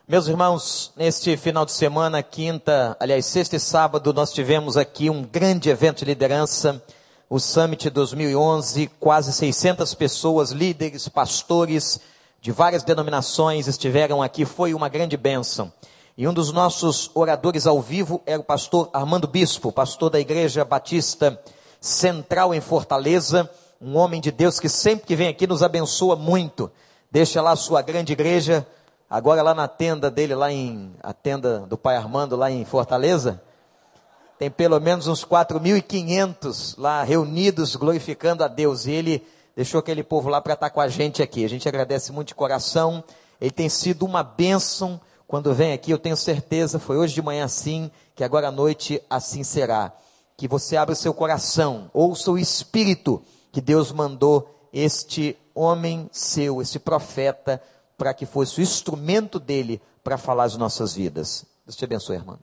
Meus irmãos, neste final de semana, sexta e sábado, nós tivemos aqui um grande evento de liderança, o Summit 2011, quase 600 pessoas, líderes, pastores de várias denominações estiveram aqui, foi uma grande bênção. E um dos nossos oradores ao vivo era o pastor Armando Bispo, pastor da Igreja Batista Central em Fortaleza, um homem de Deus que sempre que vem aqui nos abençoa muito. Deixa lá a sua grande igreja, agora lá na tenda dele, a tenda do pai Armando lá em Fortaleza, tem pelo menos uns 4.500 lá reunidos glorificando a Deus, e ele deixou aquele povo lá para estar com a gente aqui. A gente agradece muito de coração, ele tem sido uma bênção quando vem aqui, eu tenho certeza, foi hoje de manhã assim, que agora à noite assim será. Que você abra o seu coração, ouça o Espírito que Deus mandou este homem seu, esse profeta, para que fosse o instrumento dele para falar as nossas vidas. Deus te abençoe, irmão.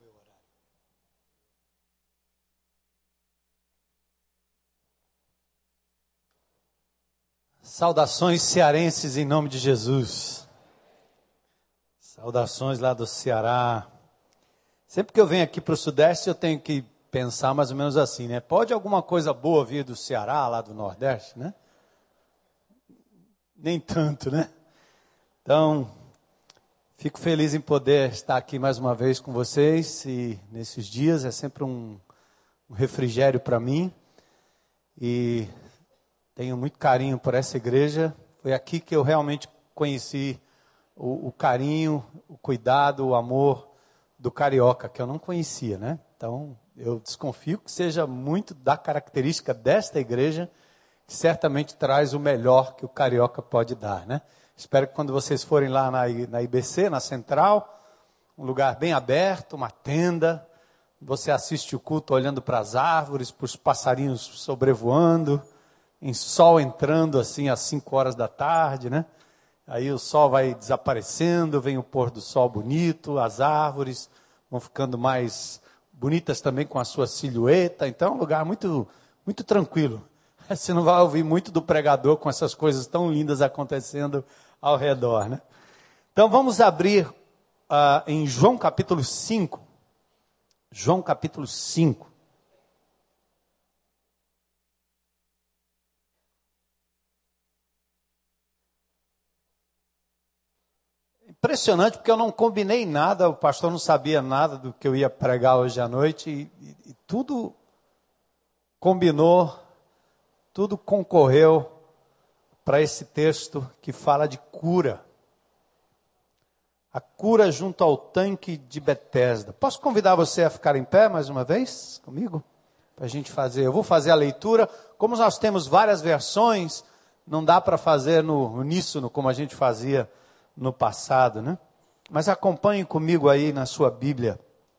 Saudações cearenses em nome de Jesus. Saudações lá do Ceará. Sempre que eu venho aqui para o Sudeste, eu tenho que pensar mais ou menos assim, né? Pode alguma coisa boa vir do Ceará, lá do Nordeste, né? Nem tanto, né? Então, fico feliz em poder estar aqui mais uma vez com vocês, e nesses dias é sempre um refrigério para mim, e tenho muito carinho por essa igreja. Foi aqui que eu realmente conheci o carinho, o cuidado, o amor do carioca, que eu não conhecia, né? Então, eu desconfio que seja muito da característica desta igreja, que certamente traz o melhor que o carioca pode dar, né? Espero que quando vocês forem lá na IBC, na Central, um lugar bem aberto, uma tenda, você assiste o culto olhando para as árvores, para os passarinhos sobrevoando, em sol entrando assim às 5 horas da tarde, né? Aí o sol vai desaparecendo, vem o pôr do sol bonito, as árvores vão ficando mais bonitas também com a sua silhueta. Então é um lugar muito, muito tranquilo. Você não vai ouvir muito do pregador com essas coisas tão lindas acontecendo ao redor, né? Então vamos abrir em João capítulo 5. João capítulo 5. Impressionante, porque eu não combinei nada, o pastor não sabia nada do que eu ia pregar hoje à noite, e tudo combinou, tudo concorreu para esse texto que fala de cura. A cura junto ao tanque de Betesda. Posso convidar você a ficar em pé mais uma vez comigo? Para a gente fazer, eu vou fazer a leitura. Como nós temos várias versões, não dá para fazer no uníssono como a gente fazia no passado, né? Mas acompanhe comigo aí na sua Bíblia.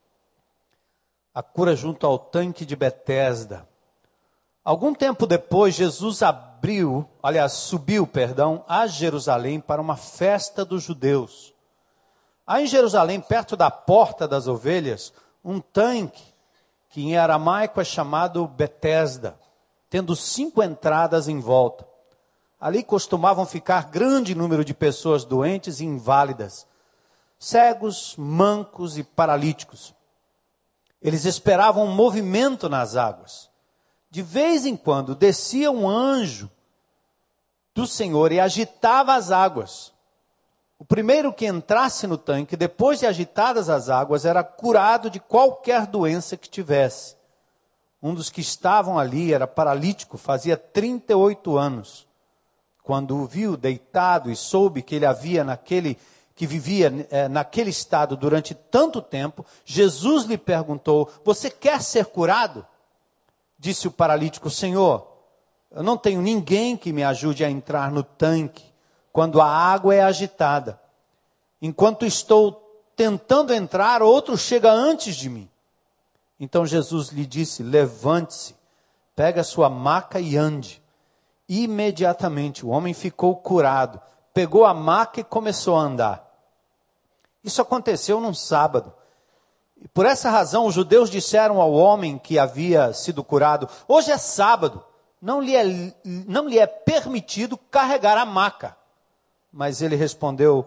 A cura junto ao tanque de Betesda. Algum tempo depois, Jesus subiu a Jerusalém para uma festa dos judeus. Há em Jerusalém, perto da porta das ovelhas, um tanque, que em aramaico é chamado Betesda, tendo 5 entradas em volta. Ali costumavam ficar grande número de pessoas doentes e inválidas, cegos, mancos e paralíticos. Eles esperavam um movimento nas águas. De vez em quando descia um anjo do Senhor e agitava as águas. O primeiro que entrasse no tanque, depois de agitadas as águas, era curado de qualquer doença que tivesse. Um dos que estavam ali era paralítico, fazia 38 anos. Quando o viu deitado e soube que que vivia naquele estado durante tanto tempo, Jesus lhe perguntou: você quer ser curado? Disse o paralítico: Senhor, eu não tenho ninguém que me ajude a entrar no tanque quando a água é agitada. Enquanto estou tentando entrar, outro chega antes de mim. Então Jesus lhe disse: levante-se, pegue a sua maca e ande. Imediatamente o homem ficou curado, pegou a maca e começou a andar. Isso aconteceu num sábado. E por essa razão os judeus disseram ao homem que havia sido curado: hoje é sábado, não lhe é permitido carregar a maca. Mas ele respondeu: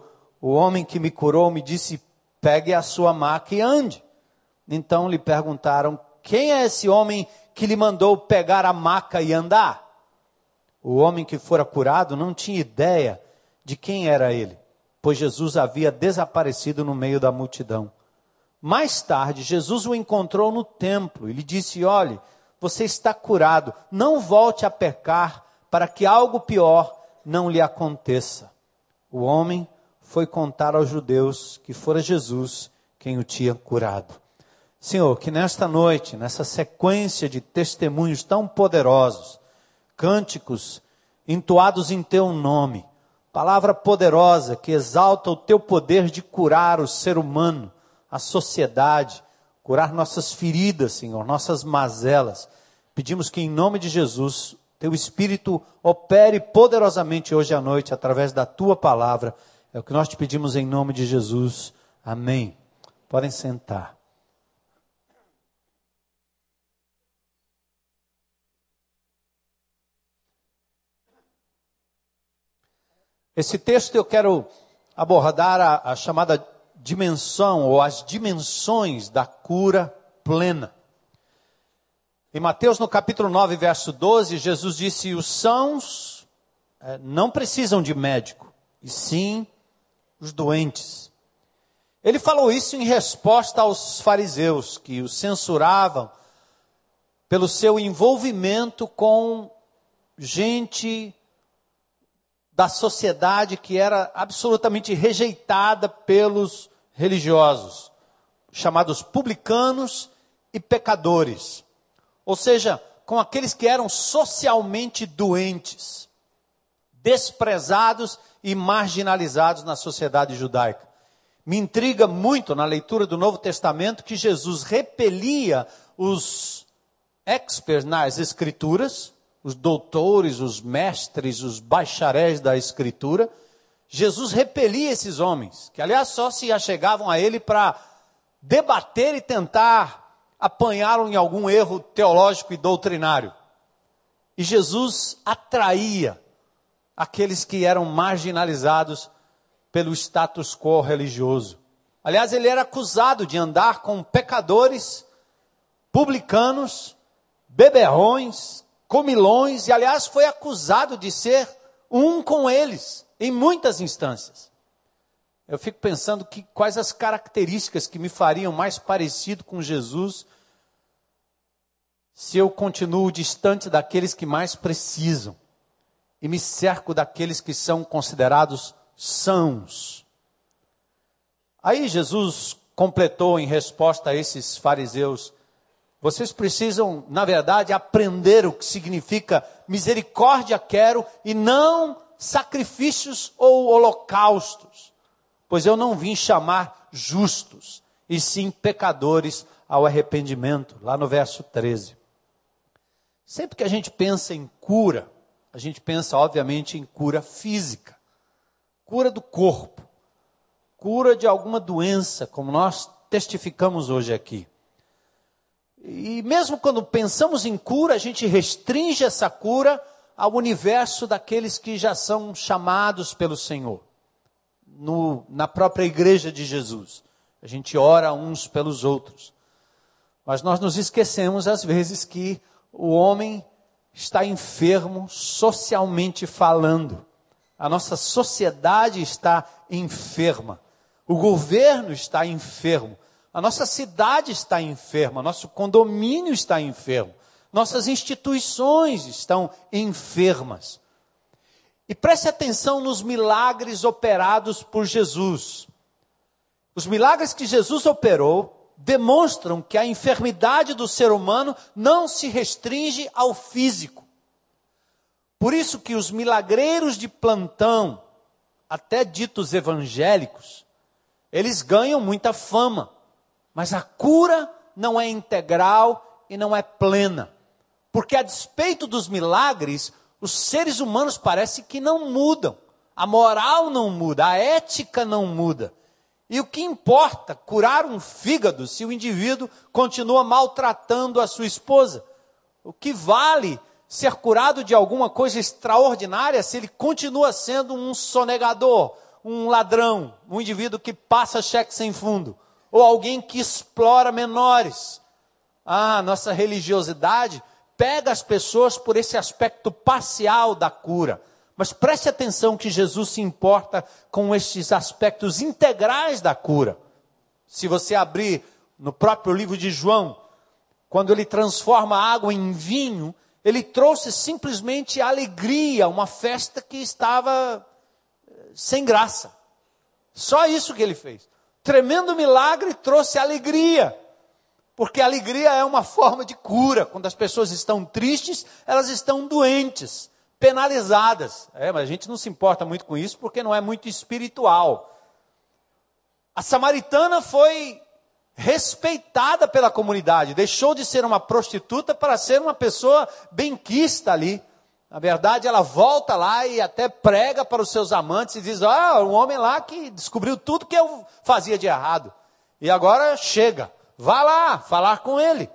O homem que me curou me disse, pegue a sua maca e ande. Então lhe perguntaram, quem é esse homem que lhe mandou pegar a maca e andar? O homem que fora curado não tinha ideia de quem era ele, pois Jesus havia desaparecido no meio da multidão. Mais tarde, Jesus o encontrou no templo e lhe disse, olhe, você está curado, não volte a pecar para que algo pior não lhe aconteça. O homem foi contar aos judeus que fora Jesus quem o tinha curado. Senhor, que nesta noite, nessa sequência de testemunhos tão poderosos, cânticos entoados em teu nome, palavra poderosa que exalta o teu poder de curar o ser humano, a sociedade, curar nossas feridas, Senhor, nossas mazelas. Pedimos que em nome de Jesus, teu Espírito opere poderosamente hoje à noite através da tua palavra. É o que nós te pedimos em nome de Jesus. Amém. Podem sentar. Esse texto eu quero abordar a chamada dimensão ou as dimensões da cura plena. Em Mateus no capítulo 9, verso 12, Jesus disse, os sãos não precisam de médico, e sim os doentes. Ele falou isso em resposta aos fariseus, que o censuravam pelo seu envolvimento com gente da sociedade que era absolutamente rejeitada pelos religiosos, chamados publicanos e pecadores. Ou seja, com aqueles que eram socialmente doentes, desprezados e marginalizados na sociedade judaica. Me intriga muito na leitura do Novo Testamento que Jesus repelia os experts nas Escrituras, os doutores, os mestres, os bacharéis da Escritura. Jesus repelia esses homens, que aliás só se achegavam a ele para debater e tentar apanhá-lo em algum erro teológico e doutrinário. E Jesus atraía aqueles que eram marginalizados pelo status quo religioso. Aliás, ele era acusado de andar com pecadores, publicanos, beberrões, comilões, e aliás foi acusado de ser um com eles, em muitas instâncias. Eu fico pensando quais as características que me fariam mais parecido com Jesus, se eu continuo distante daqueles que mais precisam, e me cerco daqueles que são considerados sãos. Aí Jesus completou em resposta a esses fariseus, vocês precisam, na verdade, aprender o que significa misericórdia quero e não sacrifícios ou holocaustos. Pois eu não vim chamar justos, e sim pecadores ao arrependimento. Lá no verso 13. Sempre que a gente pensa em cura, a gente pensa, obviamente, em cura física. Cura do corpo. Cura de alguma doença, como nós testificamos hoje aqui. E mesmo quando pensamos em cura, a gente restringe essa cura ao universo daqueles que já são chamados pelo Senhor. Na própria igreja de Jesus. A gente ora uns pelos outros. Mas nós nos esquecemos às vezes que o homem está enfermo socialmente falando. A nossa sociedade está enferma. O governo está enfermo. A nossa cidade está enferma. Nosso condomínio está enfermo. Nossas instituições estão enfermas. E preste atenção nos milagres operados por Jesus. Os milagres que Jesus operou demonstram que a enfermidade do ser humano não se restringe ao físico. Por isso que os milagreiros de plantão, até ditos evangélicos, eles ganham muita fama. Mas a cura não é integral e não é plena. Porque a despeito dos milagres, os seres humanos parece que não mudam. A moral não muda, a ética não muda. E o que importa curar um fígado se o indivíduo continua maltratando a sua esposa? O que vale ser curado de alguma coisa extraordinária se ele continua sendo um sonegador, um ladrão, um indivíduo que passa cheque sem fundo, ou alguém que explora menores. Nossa religiosidade pega as pessoas por esse aspecto parcial da cura. Mas preste atenção que Jesus se importa com estes aspectos integrais da cura. Se você abrir no próprio livro de João, quando ele transforma a água em vinho, ele trouxe simplesmente alegria, uma festa que estava sem graça. Só isso que ele fez. Tremendo milagre, trouxe alegria. Porque a alegria é uma forma de cura. Quando as pessoas estão tristes, elas estão doentes, penalizadas. Mas a gente não se importa muito com isso porque não é muito espiritual. A samaritana foi respeitada pela comunidade, deixou de ser uma prostituta para ser uma pessoa benquista ali. Na verdade, ela volta lá e até prega para os seus amantes e diz, um homem lá que descobriu tudo que eu fazia de errado. E agora chega, vá lá falar com ele.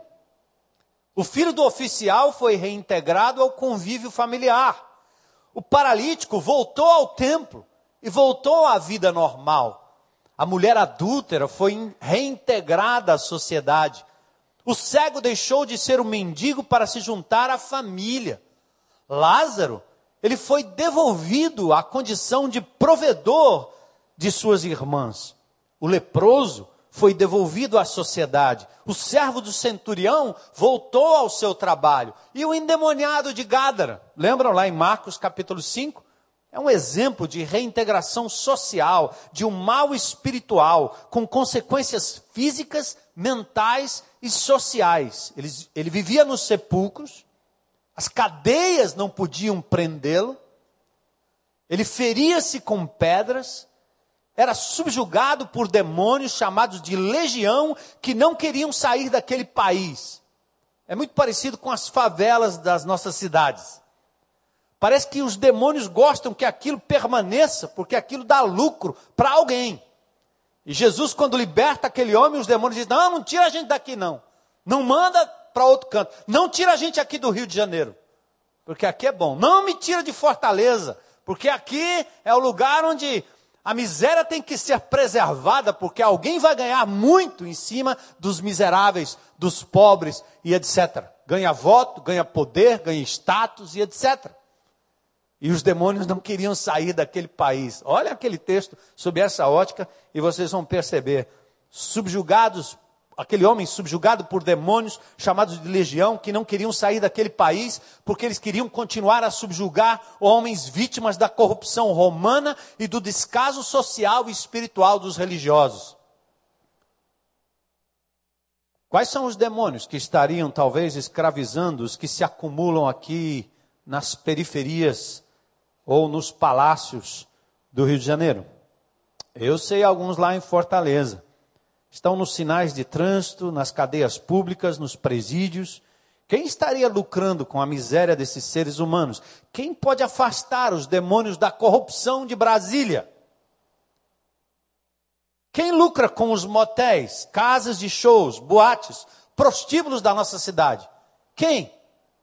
O filho do oficial foi reintegrado ao convívio familiar. O paralítico voltou ao templo e voltou à vida normal. A mulher adúltera foi reintegrada à sociedade. O cego deixou de ser um mendigo para se juntar à família. Lázaro, ele foi devolvido à condição de provedor de suas irmãs. O leproso foi devolvido à sociedade. O servo do centurião voltou ao seu trabalho. E o endemoniado de Gádara, lembram lá em Marcos capítulo 5? É um exemplo de reintegração social, de um mal espiritual, com consequências físicas, mentais e sociais. Ele vivia nos sepulcros, as cadeias não podiam prendê-lo, ele feria-se com pedras, era subjugado por demônios chamados de legião, que não queriam sair daquele país. É muito parecido com as favelas das nossas cidades. Parece que os demônios gostam que aquilo permaneça, porque aquilo dá lucro para alguém. E Jesus, quando liberta aquele homem, os demônios dizem, não tira a gente daqui não. Não manda para outro canto. Não tira a gente aqui do Rio de Janeiro, porque aqui é bom. Não me tira de Fortaleza, porque aqui é o lugar onde a miséria tem que ser preservada, porque alguém vai ganhar muito em cima dos miseráveis, dos pobres e etc. Ganha voto, ganha poder, ganha status e etc. E os demônios não queriam sair daquele país. Olha aquele texto sob essa ótica e vocês vão perceber. Subjugados, aquele homem subjugado por demônios, chamados de legião, que não queriam sair daquele país, porque eles queriam continuar a subjugar homens vítimas da corrupção romana e do descaso social e espiritual dos religiosos. Quais são os demônios que estariam talvez escravizando os que se acumulam aqui nas periferias ou nos palácios do Rio de Janeiro? Eu sei alguns lá em Fortaleza. Estão nos sinais de trânsito, nas cadeias públicas, nos presídios. Quem estaria lucrando com a miséria desses seres humanos? Quem pode afastar os demônios da corrupção de Brasília? Quem lucra com os motéis, casas de shows, boates, prostíbulos da nossa cidade? Quem?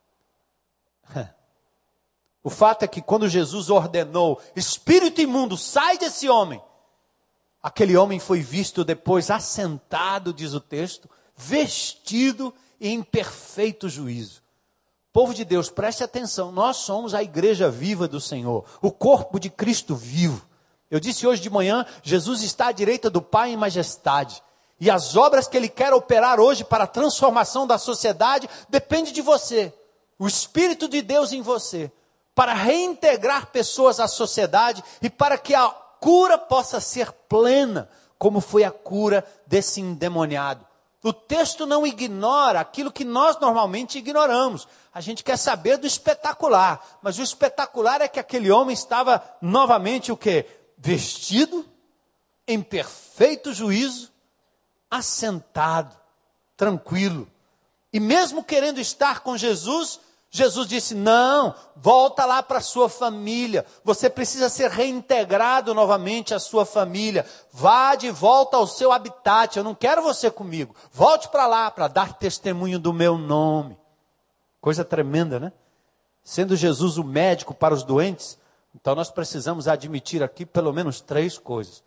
O fato é que quando Jesus ordenou, espírito imundo, sai desse homem, aquele homem foi visto depois assentado, diz o texto, vestido e em perfeito juízo. Povo de Deus, preste atenção, nós somos a igreja viva do Senhor, o corpo de Cristo vivo. Eu disse hoje de manhã, Jesus está à direita do Pai em majestade. E as obras que Ele quer operar hoje para a transformação da sociedade, depende de você. O Espírito de Deus em você. Para reintegrar pessoas à sociedade e para que a cura possa ser plena, como foi a cura desse endemoniado. O texto não ignora aquilo que nós normalmente ignoramos. A gente quer saber do espetacular, mas o espetacular é que aquele homem estava novamente o quê? Vestido, em perfeito juízo, assentado, tranquilo. E mesmo querendo estar com Jesus, Jesus disse, não, volta lá para a sua família, você precisa ser reintegrado novamente à sua família, vá de volta ao seu habitat, eu não quero você comigo, volte para lá para dar testemunho do meu nome. Coisa tremenda, né? Sendo Jesus o médico para os doentes, Então nós precisamos admitir aqui pelo menos 3 coisas.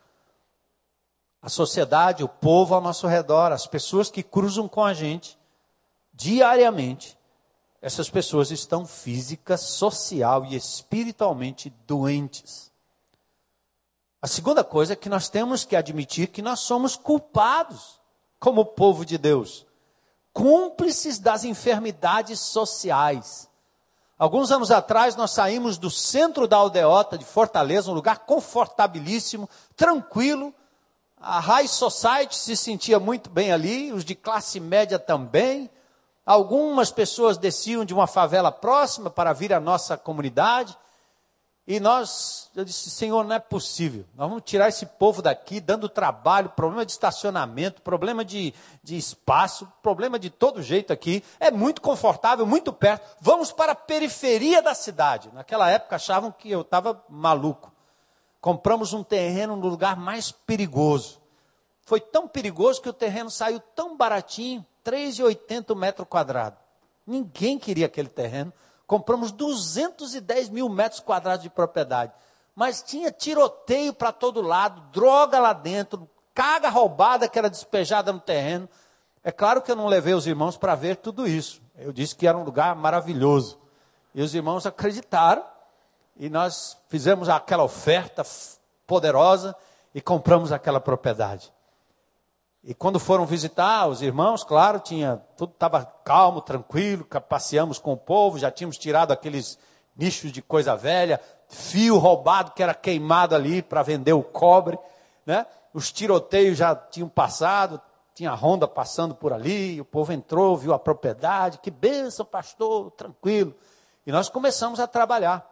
A sociedade, o povo ao nosso redor, as pessoas que cruzam com a gente diariamente, essas pessoas estão física, social e espiritualmente doentes. A segunda coisa é que nós temos que admitir que nós somos culpados, como povo de Deus, cúmplices das enfermidades sociais. Alguns anos atrás nós saímos do centro da aldeota de Fortaleza, um lugar confortabilíssimo, tranquilo. A High Society se sentia muito bem ali, os de classe média também. Algumas pessoas desciam de uma favela próxima para vir à nossa comunidade. E eu disse, Senhor, não é possível. Nós vamos tirar esse povo daqui, dando trabalho, problema de estacionamento, problema de espaço, problema de todo jeito aqui. É muito confortável, muito perto. Vamos para a periferia da cidade. Naquela época achavam que eu estava maluco. Compramos um terreno no lugar mais perigoso. Foi tão perigoso que o terreno saiu tão baratinho, 3,80 metro quadrado. Ninguém queria aquele terreno. Compramos 210 mil metros quadrados de propriedade. Mas tinha tiroteio para todo lado, droga lá dentro, carga roubada que era despejada no terreno. É claro que eu não levei os irmãos para ver tudo isso. Eu disse que era um lugar maravilhoso. E os irmãos acreditaram. E nós fizemos aquela oferta poderosa e compramos aquela propriedade. E quando foram visitar os irmãos, claro, tudo estava calmo, tranquilo, passeamos com o povo, já tínhamos tirado aqueles nichos de coisa velha, fio roubado que era queimado ali para vender o cobre, né? Os tiroteios já tinham passado, tinha a Honda passando por ali, o povo entrou, viu a propriedade, que bênção, pastor, tranquilo. E nós começamos a trabalhar.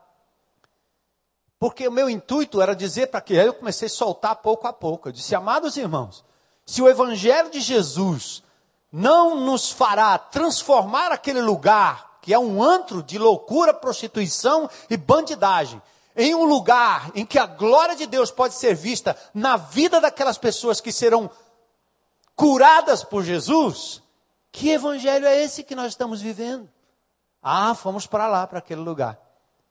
Porque o meu intuito era dizer para que eu comecei a soltar pouco a pouco. Eu disse, amados irmãos, se o Evangelho de Jesus não nos fará transformar aquele lugar, que é um antro de loucura, prostituição e bandidagem, em um lugar em que a glória de Deus pode ser vista na vida daquelas pessoas que serão curadas por Jesus, que evangelho é esse que nós estamos vivendo? Fomos para lá, para aquele lugar.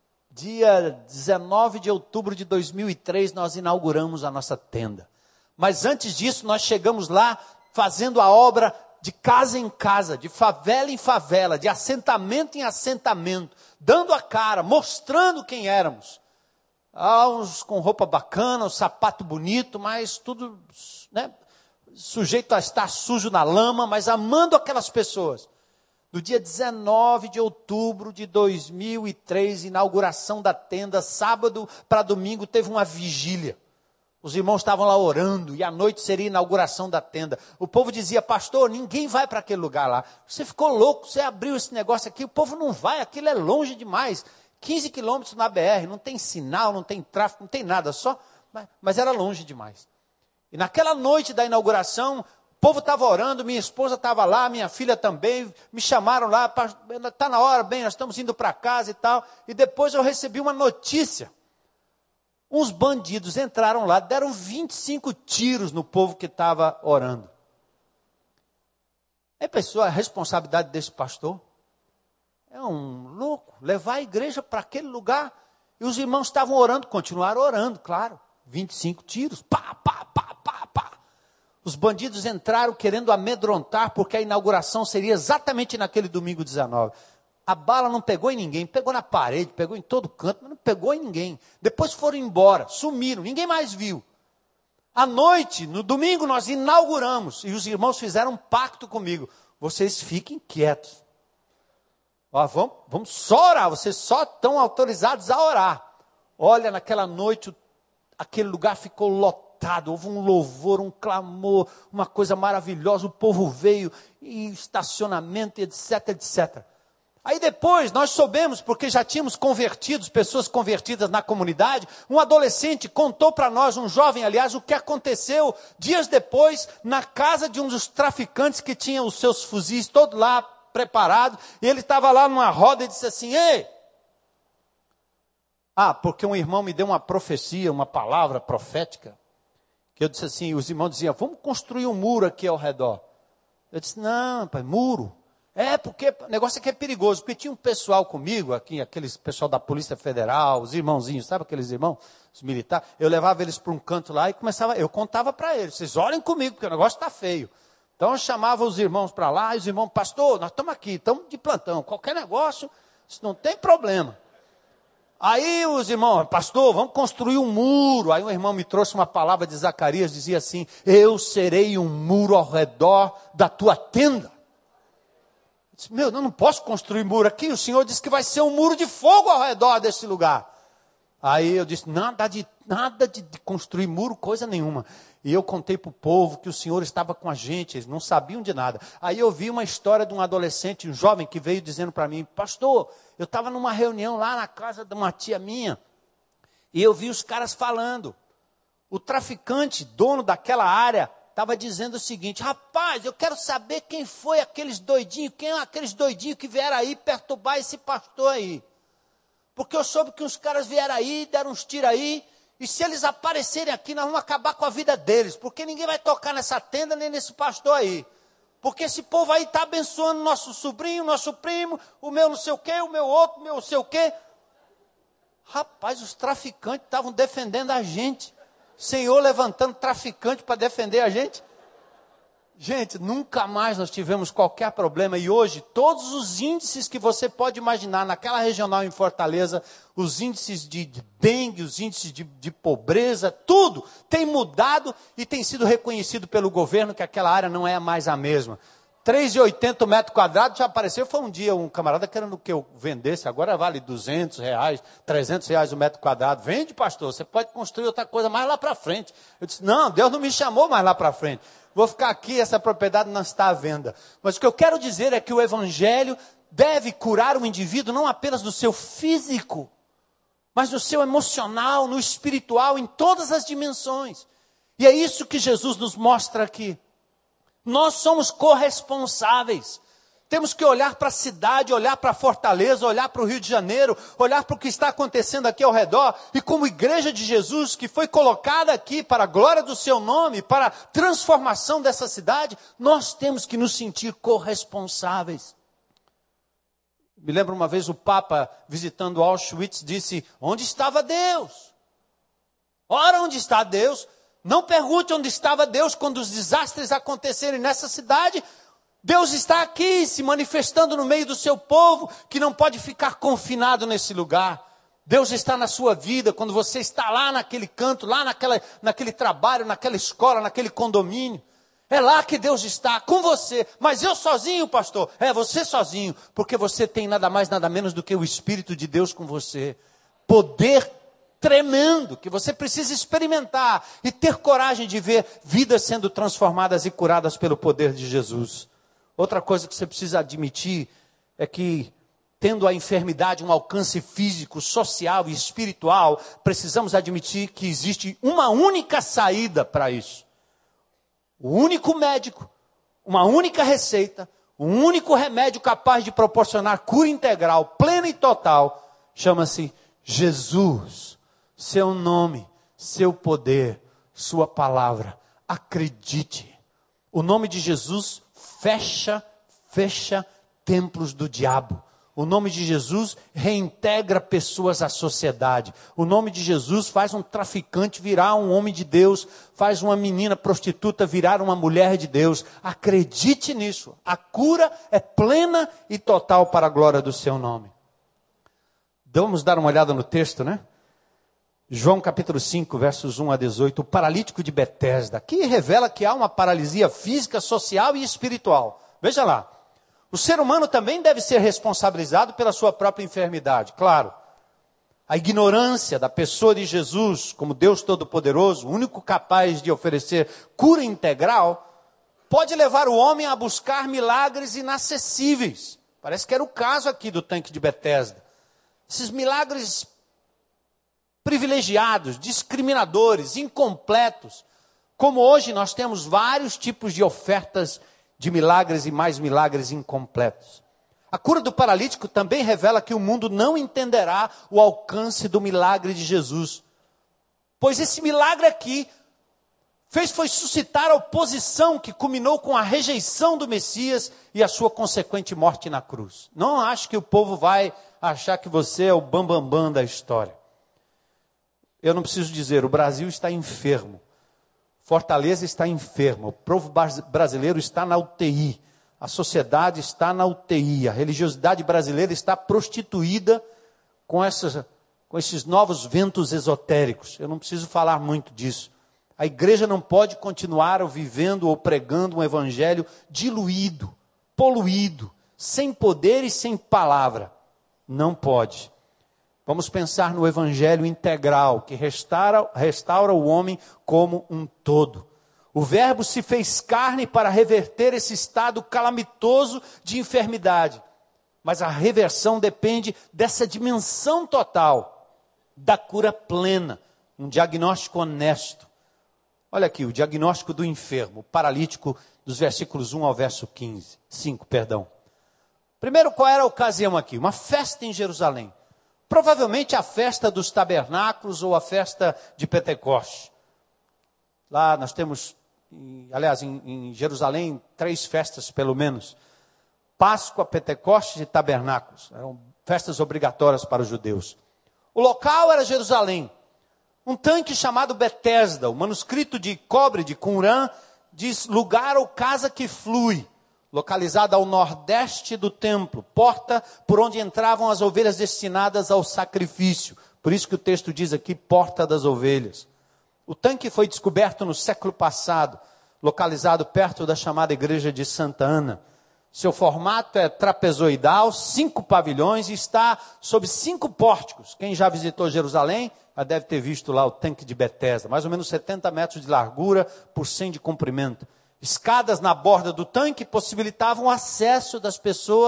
Dia 19 de outubro de 2003, nós inauguramos a nossa tenda. Mas antes disso, nós chegamos lá fazendo a obra de casa em casa, de favela em favela, de assentamento em assentamento, dando a cara, mostrando quem éramos. Uns com roupa bacana, um sapato bonito, mas tudo, né, sujeito a estar sujo na lama, mas amando aquelas pessoas. No dia 19 de outubro de 2003, inauguração da tenda, sábado para domingo, teve uma vigília. Os irmãos estavam lá orando, e à noite seria a inauguração da tenda. O povo dizia, pastor, ninguém vai para aquele lugar lá. Você ficou louco, você abriu esse negócio aqui, o povo não vai, aquilo é longe demais. 15 quilômetros na BR, não tem sinal, não tem tráfego, não tem nada, mas era longe demais. E naquela noite da inauguração, o povo estava orando, minha esposa estava lá, minha filha também, me chamaram lá, está na hora, bem, nós estamos indo para casa e tal. E depois eu recebi uma notícia. Uns bandidos entraram lá, deram 25 tiros no povo que estava orando. Aí pensou, a responsabilidade desse pastor? É um louco, levar a igreja para aquele lugar. E os irmãos estavam orando, continuaram orando, claro. 25 tiros, pá, pá, pá, pá, pá. Os bandidos entraram querendo amedrontar, porque a inauguração seria exatamente naquele domingo 19. A bala não pegou em ninguém, pegou na parede, pegou em todo canto, mas não pegou em ninguém. Depois foram embora, sumiram, ninguém mais viu. À noite, no domingo, nós inauguramos, e os irmãos fizeram um pacto comigo. Vocês fiquem quietos. Vamos só orar, vocês só estão autorizados a orar. Olha, naquela noite, aquele lugar ficou lotado, houve um louvor, um clamor, uma coisa maravilhosa, o povo veio, e estacionamento, etc, etc. Aí depois nós soubemos, porque já tínhamos convertidos, pessoas convertidas na comunidade, um adolescente contou para nós, um jovem aliás, o que aconteceu dias depois na casa de um dos traficantes que tinha os seus fuzis todos lá preparados, e ele estava lá numa roda e disse assim, ei! Porque um irmão me deu uma profecia, uma palavra profética, que eu disse assim, os irmãos diziam, vamos construir um muro aqui ao redor. Eu disse, não, pai, muro. Porque o negócio aqui é perigoso. Porque tinha um pessoal comigo, aqui, aqueles pessoal da Polícia Federal, os irmãozinhos, sabe aqueles irmãos? Os militares. Eu levava eles para um canto lá e eu contava para eles, vocês olhem comigo, porque o negócio está feio. Então eu chamava os irmãos para lá, e os irmãos, pastor, nós estamos aqui, estamos de plantão, qualquer negócio, isso não tem problema. Aí os irmãos, pastor, vamos construir um muro. Aí um irmão me trouxe uma palavra de Zacarias, dizia assim, eu serei um muro ao redor da tua tenda. Eu disse, eu não posso construir muro aqui, o Senhor disse que vai ser um muro de fogo ao redor desse lugar. Aí eu disse, nada de construir muro, coisa nenhuma. E eu contei para o povo que o Senhor estava com a gente, eles não sabiam de nada. Aí eu vi uma história de um adolescente, um jovem, que veio dizendo para mim, pastor, eu estava numa reunião lá na casa de uma tia minha, e eu vi os caras falando. O traficante, dono daquela área, estava dizendo o seguinte, rapaz, eu quero saber quem foi aqueles doidinhos, que vieram aí perturbar esse pastor aí. Porque eu soube que uns caras vieram aí, deram uns tiros aí, e se eles aparecerem aqui, nós vamos acabar com a vida deles, porque ninguém vai tocar nessa tenda nem nesse pastor aí. Porque esse povo aí está abençoando nosso sobrinho, nosso primo, o meu não sei o quê, o meu outro, o meu não sei o quê. Rapaz, os traficantes estavam defendendo a gente. Senhor levantando traficante para defender a gente. Gente, nunca mais nós tivemos qualquer problema. E hoje, todos os índices que você pode imaginar naquela regional em Fortaleza, os índices de dengue, os índices de pobreza, tudo tem mudado e tem sido reconhecido pelo governo que aquela área não é mais a mesma. 3,80 metros quadrados já apareceu. Foi um dia um camarada querendo que eu vendesse, agora vale R$200, R$300 o metro quadrado. Vende, pastor, você pode construir outra coisa mais lá para frente. Eu disse, não, Deus não me chamou mais lá para frente. Vou ficar aqui, essa propriedade não está à venda. Mas o que eu quero dizer é que o evangelho deve curar o indivíduo não apenas do seu físico, mas do seu emocional, no espiritual, em todas as dimensões. E é isso que Jesus nos mostra aqui. Nós somos corresponsáveis. Temos que olhar para a cidade, olhar para a Fortaleza, olhar para o Rio de Janeiro, olhar para o que está acontecendo aqui ao redor. E como igreja de Jesus, que foi colocada aqui para a glória do seu nome, para a transformação dessa cidade, nós temos que nos sentir corresponsáveis. Me lembro uma vez o Papa, visitando Auschwitz, disse, onde estava Deus? Ora, onde está Deus? Não pergunte onde estava Deus quando os desastres acontecerem nessa cidade. Deus está aqui, se manifestando no meio do seu povo, que não pode ficar confinado nesse lugar. Deus está na sua vida, quando você está lá naquele canto, lá naquele trabalho, naquela escola, naquele condomínio. É lá que Deus está, com você. Mas eu sozinho, pastor? É, você sozinho, porque você tem nada mais, nada menos do que o Espírito de Deus com você. Poder tremendo, que você precisa experimentar e ter coragem de ver vidas sendo transformadas e curadas pelo poder de Jesus. Outra coisa que você precisa admitir é que, tendo a enfermidade um alcance físico, social e espiritual, precisamos admitir que existe uma única saída para isso. O único médico, uma única receita, um único remédio capaz de proporcionar cura integral, plena e total, chama-se Jesus. Seu nome, seu poder, sua palavra. Acredite. O nome de Jesus fecha templos do diabo. O nome de Jesus reintegra pessoas à sociedade. O nome de Jesus faz um traficante virar um homem de Deus, faz uma menina prostituta virar uma mulher de Deus. Acredite nisso. A cura é plena e total para a glória do seu nome. Vamos dar uma olhada no texto, né? João capítulo 5, versos 1 a 18, o paralítico de Betesda, que revela que há uma paralisia física, social e espiritual. Veja lá, o ser humano também deve ser responsabilizado pela sua própria enfermidade, claro. A ignorância da pessoa de Jesus, como Deus Todo-Poderoso, o único capaz de oferecer cura integral, pode levar o homem a buscar milagres inacessíveis. Parece que era o caso aqui do tanque de Betesda. Esses milagres privilegiados, discriminadores, incompletos. Como hoje nós temos vários tipos de ofertas de milagres e mais milagres incompletos. A cura do paralítico também revela que o mundo não entenderá o alcance do milagre de Jesus. Pois esse milagre aqui fez foi suscitar a oposição que culminou com a rejeição do Messias e a sua consequente morte na cruz. Não acho que o povo vai achar que você é o bambambam da história. Eu não preciso dizer, o Brasil está enfermo. Fortaleza está enferma. O povo brasileiro está na UTI. A sociedade está na UTI. A religiosidade brasileira está prostituída com esses novos ventos esotéricos. Eu não preciso falar muito disso. A igreja não pode continuar vivendo ou pregando um evangelho diluído, poluído, sem poder e sem palavra. Não pode. Vamos pensar no evangelho integral, que restaura o homem como um todo. O Verbo se fez carne para reverter esse estado calamitoso de enfermidade. Mas a reversão depende dessa dimensão total, da cura plena, um diagnóstico honesto. Olha aqui, o diagnóstico do enfermo, paralítico, dos versículos 1 ao verso 5. Primeiro, qual era a ocasião aqui? Uma festa em Jerusalém. Provavelmente a festa dos tabernáculos ou a festa de Pentecostes. Lá nós temos, aliás, em Jerusalém, 3 festas pelo menos. Páscoa, Pentecostes e tabernáculos. Eram festas obrigatórias para os judeus. O local era Jerusalém. Um tanque chamado Betesda, o manuscrito de cobre de Qumran, diz lugar ou casa que flui, localizada ao nordeste do templo, porta por onde entravam as ovelhas destinadas ao sacrifício. Por isso que o texto diz aqui, porta das ovelhas. O tanque foi descoberto no século passado, localizado perto da chamada igreja de Santa Ana. Seu formato é trapezoidal, 5 pavilhões e está sob 5 pórticos. Quem já visitou Jerusalém já deve ter visto lá o tanque de Betesda, mais ou menos 70 metros de largura por 100 de comprimento. Escadas na borda do tanque possibilitavam o acesso das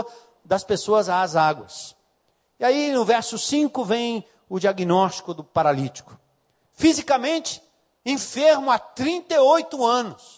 pessoas às águas. E aí no verso 5 vem o diagnóstico do paralítico. Fisicamente, enfermo há 38 anos.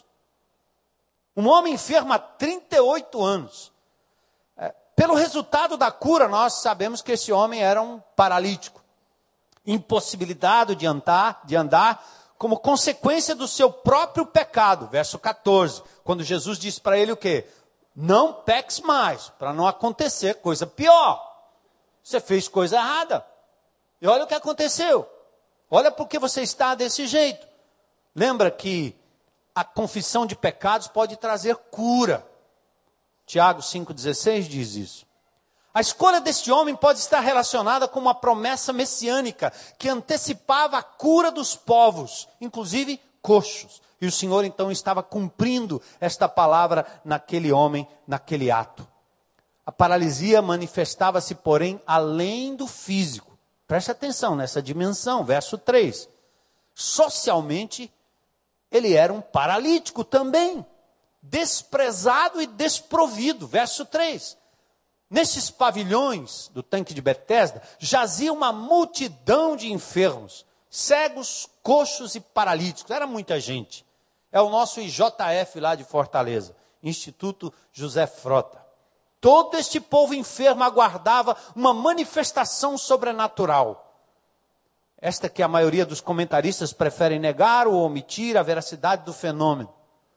Um homem enfermo há 38 anos. Pelo resultado da cura, nós sabemos que esse homem era um paralítico. Impossibilitado de andar como consequência do seu próprio pecado. Verso 14, quando Jesus disse para ele o quê? Não peques mais, para não acontecer coisa pior. Você fez coisa errada. E olha o que aconteceu. Olha porque você está desse jeito. Lembra que a confissão de pecados pode trazer cura. Tiago 5,16 diz isso. A escolha deste homem pode estar relacionada com uma promessa messiânica que antecipava a cura dos povos, inclusive coxos. E o Senhor então estava cumprindo esta palavra naquele homem, naquele ato. A paralisia manifestava-se, porém, além do físico. Preste atenção nessa dimensão, verso 3. Socialmente, ele era um paralítico também, desprezado e desprovido, verso 3. Nesses pavilhões do tanque de Betesda, jazia uma multidão de enfermos, cegos, coxos e paralíticos. Era muita gente. É o nosso IJF lá de Fortaleza, Instituto José Frota. Todo este povo enfermo aguardava uma manifestação sobrenatural. Esta que a maioria dos comentaristas preferem negar ou omitir a veracidade do fenômeno.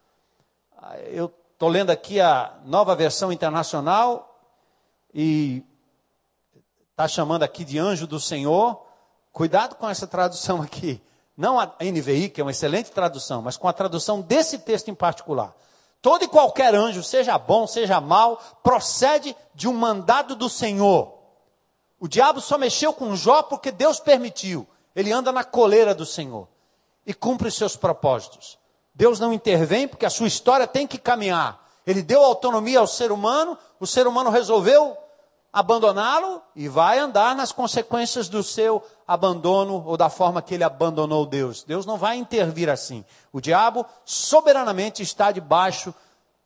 Eu estou lendo aqui a Nova Versão Internacional e está chamando aqui de anjo do Senhor. Cuidado com essa tradução aqui. Não a NVI, que é uma excelente tradução, mas com a tradução desse texto em particular. Todo e qualquer anjo, seja bom, seja mau, procede de um mandado do Senhor. O diabo só mexeu com Jó porque Deus permitiu. Ele anda na coleira do Senhor e cumpre os seus propósitos. Deus não intervém porque a sua história tem que caminhar. Ele deu autonomia ao ser humano, o ser humano resolveu abandoná-lo e vai andar nas consequências do seu abandono ou da forma que ele abandonou Deus. Deus não vai intervir assim. O diabo soberanamente está debaixo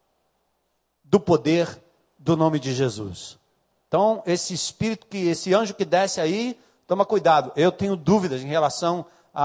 do poder do nome de Jesus. Então, esse anjo que desce aí, toma cuidado. Eu tenho dúvidas em relação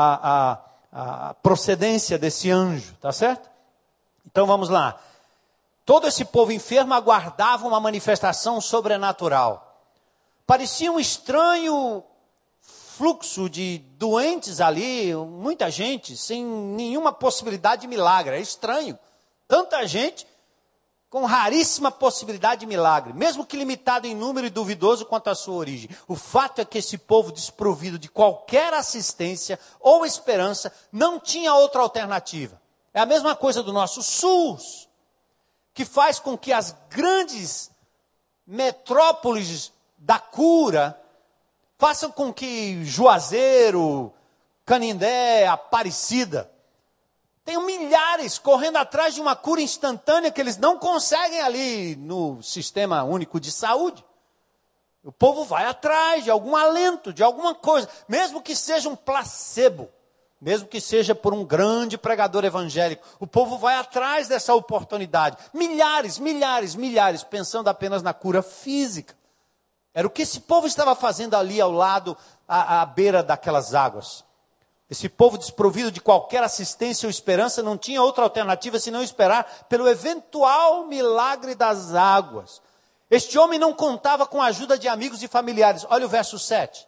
à procedência desse anjo, tá certo? Então vamos lá. Todo esse povo enfermo aguardava uma manifestação sobrenatural. Parecia um estranho fluxo de doentes ali, muita gente, sem nenhuma possibilidade de milagre. É estranho. Tanta gente com raríssima possibilidade de milagre, mesmo que limitado em número e duvidoso quanto à sua origem. O fato é que esse povo desprovido de qualquer assistência ou esperança não tinha outra alternativa. É a mesma coisa do nosso SUS, que faz com que as grandes metrópoles da cura façam com que Juazeiro, Canindé, Aparecida tenham milhares correndo atrás de uma cura instantânea que eles não conseguem ali no Sistema Único de Saúde. O povo vai atrás de algum alento, de alguma coisa, mesmo que seja um placebo, mesmo que seja por um grande pregador evangélico. O povo vai atrás dessa oportunidade. Milhares, milhares, milhares, pensando apenas na cura física. Era o que esse povo estava fazendo ali ao lado, à beira daquelas águas. Esse povo desprovido de qualquer assistência ou esperança não tinha outra alternativa senão esperar pelo eventual milagre das águas. Este homem não contava com a ajuda de amigos e familiares. Olha o verso 7.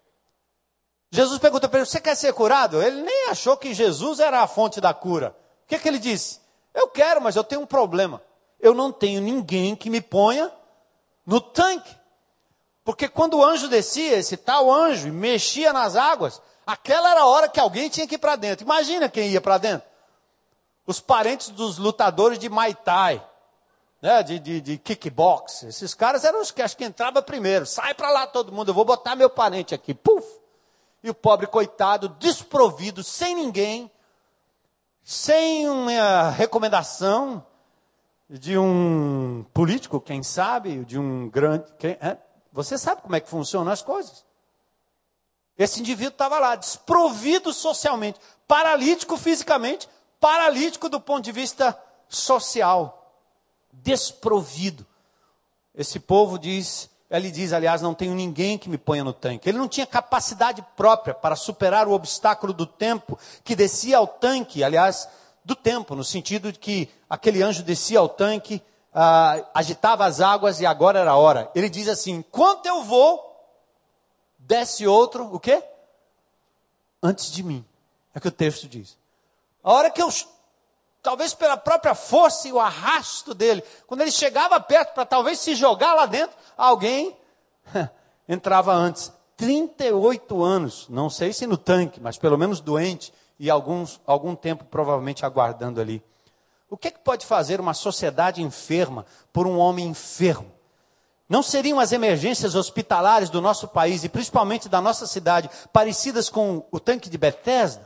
Jesus pergunta para ele, você quer ser curado? Ele nem achou que Jesus era a fonte da cura. O que ele disse? Eu quero, mas eu tenho um problema. Eu não tenho ninguém que me ponha no tanque. Porque quando o anjo descia, esse tal anjo, e mexia nas águas, aquela era a hora que alguém tinha que ir para dentro. Imagina quem ia para dentro. Os parentes dos lutadores de Muay Thai, né, de kickbox. Esses caras eram os que acho que entravam primeiro. Sai para lá todo mundo, eu vou botar meu parente aqui. Puf! E o pobre coitado, desprovido, sem ninguém, sem uma recomendação de um político, quem sabe, de um grande... Você sabe como é que funcionam as coisas. Esse indivíduo estava lá, desprovido socialmente, paralítico fisicamente, paralítico do ponto de vista social, desprovido. Esse povo diz, ele diz, aliás, não tenho ninguém que me ponha no tanque. Ele não tinha capacidade própria para superar o obstáculo do tempo que descia ao tanque, aliás, do tempo, no sentido de que aquele anjo descia ao tanque, agitava as águas e agora era a hora. Ele diz assim, enquanto eu vou, desce outro, o quê? Antes de mim. É o que o texto diz. A hora que eu, talvez pela própria força e o arrasto dele, quando ele chegava perto para talvez se jogar lá dentro, alguém entrava antes. 38 anos, não sei se no tanque, mas pelo menos doente, e algum tempo provavelmente aguardando ali. O que pode fazer uma sociedade enferma por um homem enfermo? Não seriam as emergências hospitalares do nosso país, e principalmente da nossa cidade, parecidas com o tanque de Betesda?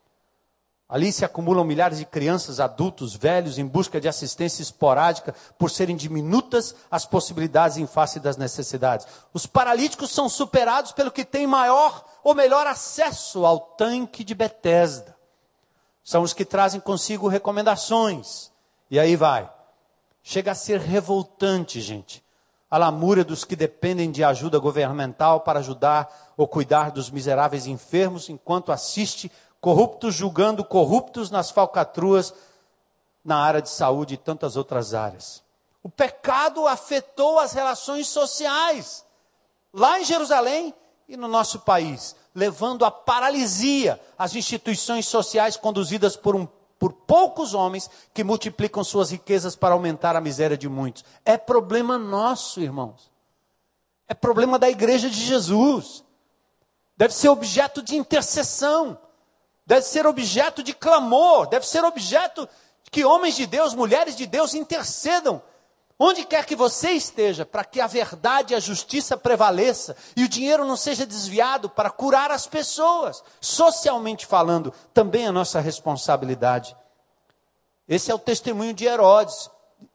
Ali se acumulam milhares de crianças, adultos, velhos, em busca de assistência esporádica, por serem diminutas as possibilidades em face das necessidades. Os paralíticos são superados pelo que tem maior ou melhor acesso ao tanque de Betesda. São os que trazem consigo recomendações. E aí vai. Chega a ser revoltante, gente. A lamúria dos que dependem de ajuda governamental para ajudar ou cuidar dos miseráveis enfermos, enquanto assiste corruptos julgando corruptos nas falcatruas, na área de saúde e tantas outras áreas. O pecado afetou as relações sociais, lá em Jerusalém e no nosso país, levando à paralisia as instituições sociais conduzidas por poucos homens que multiplicam suas riquezas para aumentar a miséria de muitos. É problema nosso, irmãos. É problema da igreja de Jesus. Deve ser objeto de intercessão. Deve ser objeto de clamor. Deve ser objeto de que homens de Deus, mulheres de Deus intercedam. Onde quer que você esteja, para que a verdade e a justiça prevaleça e o dinheiro não seja desviado para curar as pessoas. Socialmente falando, também é nossa responsabilidade. Esse é o testemunho de Herodes,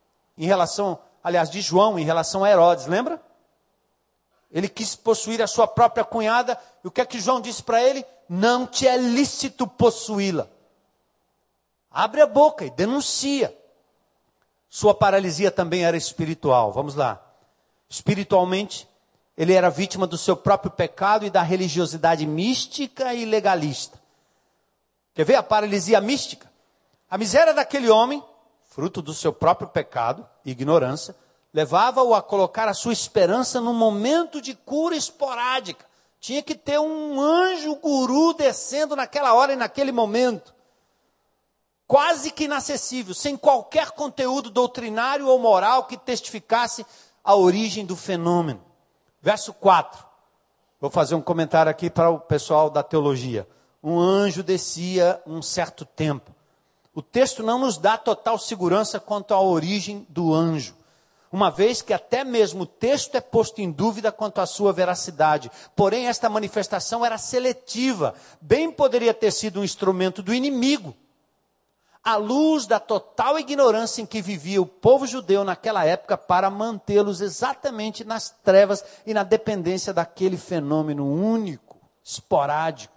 de João em relação a Herodes, lembra? Ele quis possuir a sua própria cunhada, e o que é que João disse para ele? Não te é lícito possuí-la. Abre a boca e denuncia. Sua paralisia também era espiritual. Vamos lá. Espiritualmente, ele era vítima do seu próprio pecado e da religiosidade mística e legalista. Quer ver a paralisia mística? A miséria daquele homem, fruto do seu próprio pecado e ignorância, levava-o a colocar a sua esperança num momento de cura esporádica. Tinha que ter um anjo guru descendo naquela hora e naquele momento. Quase que inacessível, sem qualquer conteúdo doutrinário ou moral que testificasse a origem do fenômeno. Verso 4. Vou fazer um comentário aqui para o pessoal da teologia. Um anjo descia um certo tempo. O texto não nos dá total segurança quanto à origem do anjo, uma vez que até mesmo o texto é posto em dúvida quanto à sua veracidade. Porém, esta manifestação era seletiva, bem poderia ter sido um instrumento do inimigo, à luz da total ignorância em que vivia o povo judeu naquela época, para mantê-los exatamente nas trevas e na dependência daquele fenômeno único, esporádico.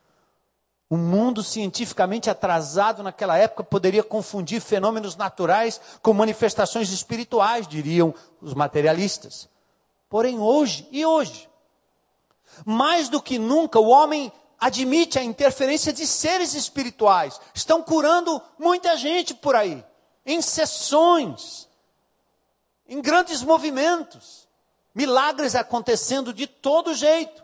O mundo cientificamente atrasado naquela época poderia confundir fenômenos naturais com manifestações espirituais, diriam os materialistas. Porém, hoje, mais do que nunca, o homem admite a interferência de seres espirituais. Estão curando muita gente por aí, em sessões, em grandes movimentos, milagres acontecendo de todo jeito.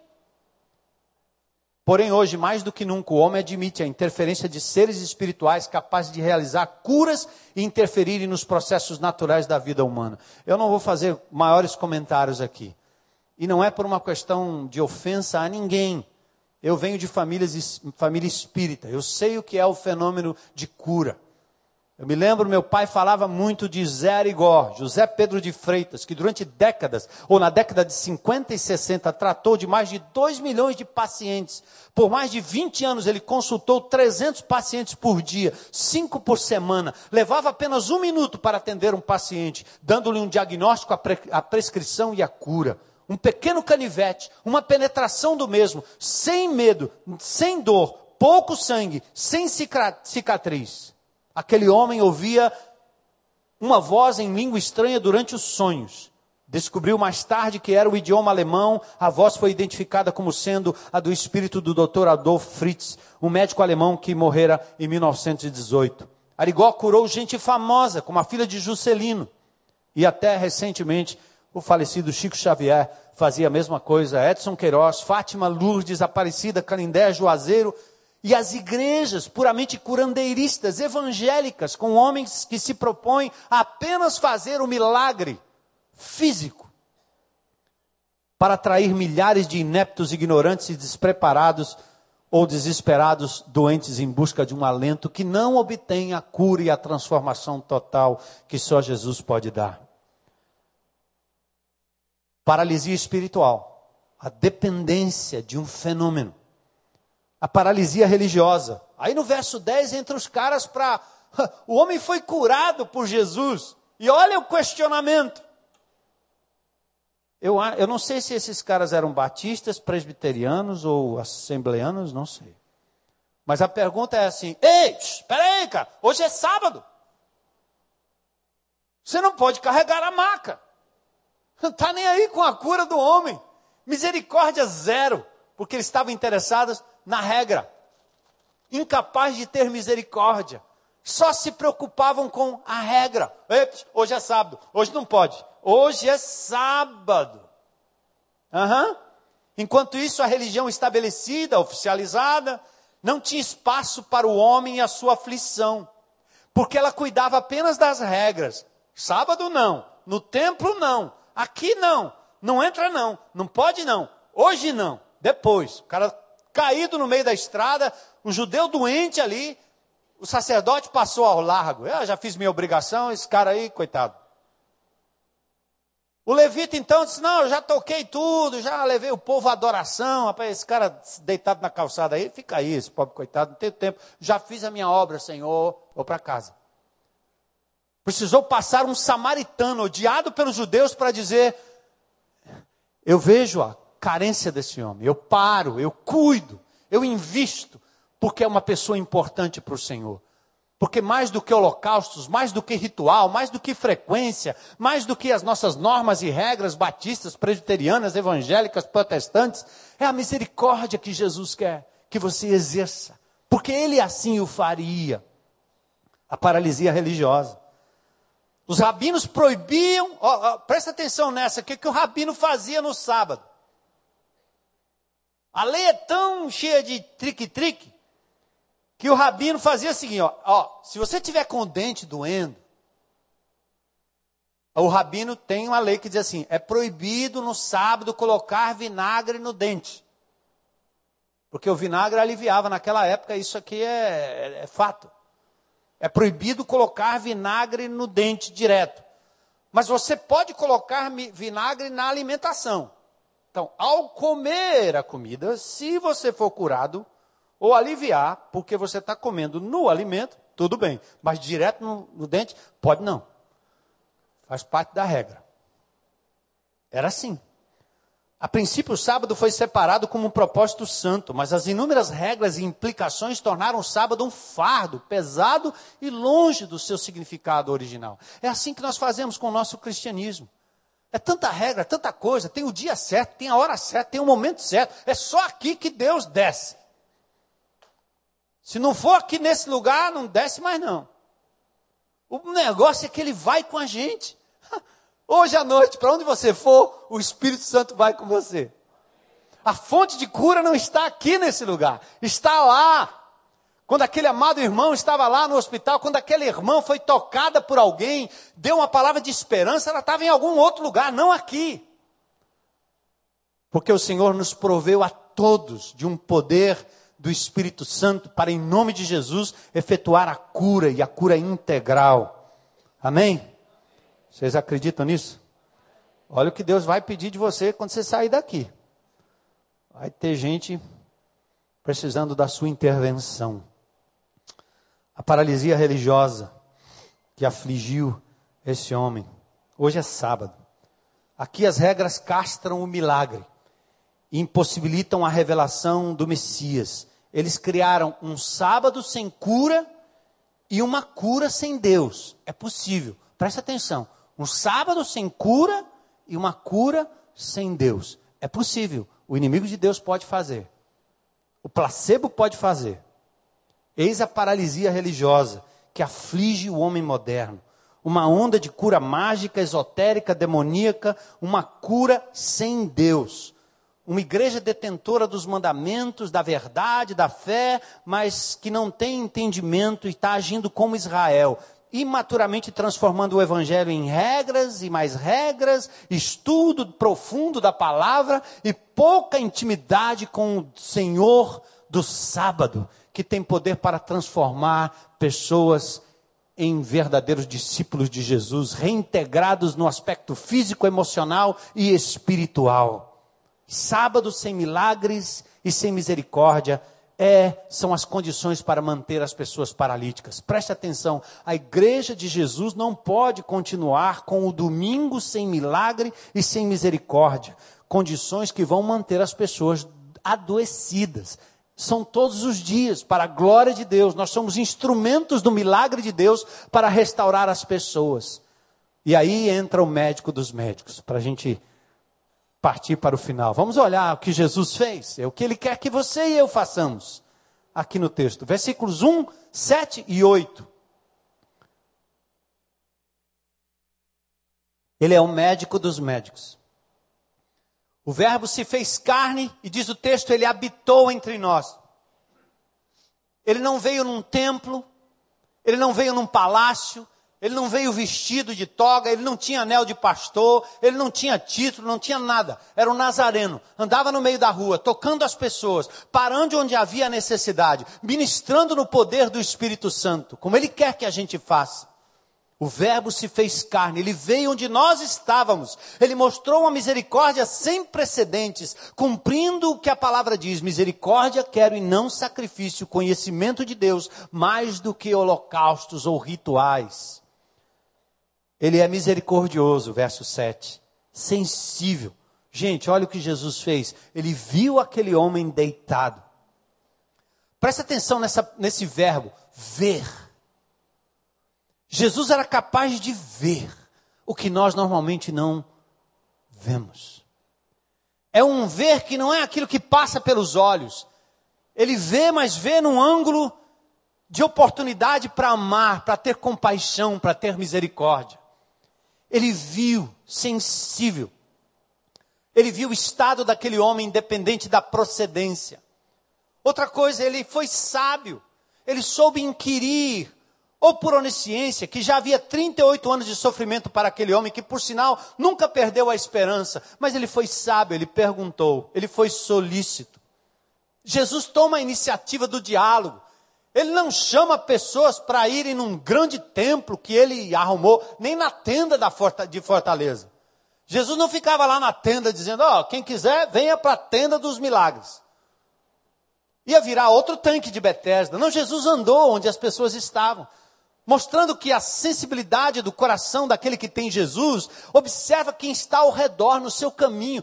Porém, hoje, mais do que nunca, o homem admite a interferência de seres espirituais capazes de realizar curas e interferirem nos processos naturais da vida humana. Eu não vou fazer maiores comentários aqui. E não é por uma questão de ofensa a ninguém. Eu venho de família espírita. Eu sei o que é o fenômeno de cura. Eu me lembro, meu pai falava muito de Zé Arigó, José Pedro de Freitas, que durante décadas, ou na década de 50 e 60, tratou de mais de 2 milhões de pacientes. Por mais de 20 anos ele consultou 300 pacientes por dia, 5 por semana. Levava apenas 1 minuto para atender um paciente, dando-lhe um diagnóstico, a prescrição e a cura. Um pequeno canivete, uma penetração do mesmo, sem medo, sem dor, pouco sangue, sem cicatriz. Aquele homem ouvia uma voz em língua estranha durante os sonhos. Descobriu mais tarde que era o idioma alemão. A voz foi identificada como sendo a do espírito do Dr. Adolf Fritz, um médico alemão que morrera em 1918. Arigó curou gente famosa, como a filha de Juscelino. E até recentemente, o falecido Chico Xavier fazia a mesma coisa. Edson Queiroz, Fátima Lourdes, Aparecida, Canindé, Juazeiro. E as igrejas puramente curandeiristas, evangélicas, com homens que se propõem a apenas fazer o milagre físico, para atrair milhares de ineptos, ignorantes e despreparados ou desesperados doentes em busca de um alento que não obtém a cura e a transformação total que só Jesus pode dar. Paralisia espiritual, a dependência de um fenômeno. A paralisia religiosa. Aí no verso 10 entra os caras para... O homem foi curado por Jesus. E olha o questionamento. Eu não sei se esses caras eram batistas, presbiterianos ou assembleanos, não sei. Mas a pergunta é assim: ei, espera aí, cara, hoje é sábado. Você não pode carregar a maca. Não está nem aí com a cura do homem. Misericórdia zero, porque eles estavam interessados na regra, incapaz de ter misericórdia, só se preocupavam com a regra. Hoje é sábado, hoje não pode, hoje é sábado. Enquanto isso, a religião estabelecida, oficializada, não tinha espaço para o homem e a sua aflição, porque ela cuidava apenas das regras. Sábado não, no templo não, aqui não, não entra não, não pode não, hoje não, depois. O cara caído no meio da estrada, um judeu doente ali, o sacerdote passou ao largo. Eu já fiz minha obrigação, esse cara aí, coitado. O levita então disse: não, eu já toquei tudo, já levei o povo à adoração. Rapaz, esse cara deitado na calçada aí, fica aí, esse pobre coitado, não tem tempo. Já fiz a minha obra, Senhor, vou para casa. Precisou passar um samaritano, odiado pelos judeus, para dizer: eu vejo a carência desse homem, eu paro, eu cuido, eu invisto, porque é uma pessoa importante para o Senhor. Porque mais do que holocaustos, mais do que ritual, mais do que frequência, mais do que as nossas normas e regras batistas, presbiterianas, evangélicas, protestantes, é a misericórdia que Jesus quer que você exerça, porque Ele assim o faria. A paralisia religiosa. Os rabinos proibiam, presta atenção nessa, o que o rabino fazia no sábado? A lei é tão cheia de trique-trique, que o rabino fazia o seguinte, se você tiver com o dente doendo, o rabino tem uma lei que diz assim, é proibido no sábado colocar vinagre no dente. Porque o vinagre aliviava naquela época, isso aqui é fato. É proibido colocar vinagre no dente direto. Mas você pode colocar vinagre na alimentação. Então, ao comer a comida, se você for curado, ou aliviar, porque você está comendo no alimento, tudo bem. Mas direto no dente, pode não. Faz parte da regra. Era assim. A princípio, o sábado foi separado como um propósito santo, mas as inúmeras regras e implicações tornaram o sábado um fardo, pesado e longe do seu significado original. É assim que nós fazemos com o nosso cristianismo. É tanta regra, tanta coisa, tem o dia certo, tem a hora certa, tem o momento certo. É só aqui que Deus desce. Se não for aqui nesse lugar, não desce mais não. O negócio é que ele vai com a gente. Hoje à noite, para onde você for, o Espírito Santo vai com você. A fonte de cura não está aqui nesse lugar, está lá. Quando aquele amado irmão estava lá no hospital, quando aquela irmã foi tocada por alguém, deu uma palavra de esperança, ela estava em algum outro lugar, não aqui. Porque o Senhor nos proveu a todos de um poder do Espírito Santo para, em nome de Jesus, efetuar a cura e a cura integral. Amém? Vocês acreditam nisso? Olha o que Deus vai pedir de você quando você sair daqui. Vai ter gente precisando da sua intervenção. A paralisia religiosa que afligiu esse homem. Hoje é sábado. Aqui as regras castram o milagre. E impossibilitam a revelação do Messias. Eles criaram um sábado sem cura e uma cura sem Deus. É possível. Presta atenção. Um sábado sem cura e uma cura sem Deus. É possível. O inimigo de Deus pode fazer. O placebo pode fazer. Eis a paralisia religiosa que aflige o homem moderno. Uma onda de cura mágica, esotérica, demoníaca. Uma cura sem Deus. Uma igreja detentora dos mandamentos, da verdade, da fé, mas que não tem entendimento e está agindo como Israel. Imaturamente transformando o evangelho em regras e mais regras, estudo profundo da palavra e pouca intimidade com o Senhor do sábado, que tem poder para transformar pessoas em verdadeiros discípulos de Jesus, reintegrados no aspecto físico, emocional e espiritual. Sábado sem milagres e sem misericórdia são as condições para manter as pessoas paralíticas. Preste atenção, a igreja de Jesus não pode continuar com o domingo sem milagre e sem misericórdia. Condições que vão manter as pessoas adoecidas. São todos os dias, para a glória de Deus. Nós somos instrumentos do milagre de Deus para restaurar as pessoas. E aí entra o médico dos médicos, para a gente partir para o final. Vamos olhar o que Jesus fez, é o que Ele quer que você e eu façamos, aqui no texto, versículos 1, 7 e 8. Ele é o médico dos médicos. O verbo se fez carne, e diz o texto, Ele habitou entre nós. Ele não veio num templo, Ele não veio num palácio, Ele não veio vestido de toga, Ele não tinha anel de pastor, Ele não tinha título, não tinha nada. Era um nazareno, andava no meio da rua, tocando as pessoas, parando onde havia necessidade, ministrando no poder do Espírito Santo, como Ele quer que a gente faça. O verbo se fez carne, Ele veio onde nós estávamos, Ele mostrou uma misericórdia sem precedentes, cumprindo o que a palavra diz, misericórdia quero e não sacrifício, conhecimento de Deus, mais do que holocaustos ou rituais. Ele é misericordioso, verso 7, sensível. Gente, olha o que Jesus fez, Ele viu aquele homem deitado. Presta atenção nesse verbo, ver. Jesus era capaz de ver o que nós normalmente não vemos. É um ver que não é aquilo que passa pelos olhos. Ele vê, mas vê num ângulo de oportunidade para amar, para ter compaixão, para ter misericórdia. Ele viu, sensível. Ele viu o estado daquele homem independente da procedência. Outra coisa, ele foi sábio. Ele soube inquirir, ou por onisciência, que já havia 38 anos de sofrimento para aquele homem, que por sinal nunca perdeu a esperança. Mas ele foi sábio, ele perguntou, ele foi solícito. Jesus toma a iniciativa do diálogo. Ele não chama pessoas para irem num grande templo que ele arrumou, nem na tenda de Fortaleza. Jesus não ficava lá na tenda dizendo, quem quiser, venha para a tenda dos milagres. Ia virar outro tanque de Betesda. Não, Jesus andou onde as pessoas estavam, mostrando que a sensibilidade do coração daquele que tem Jesus, observa quem está ao redor, no seu caminho.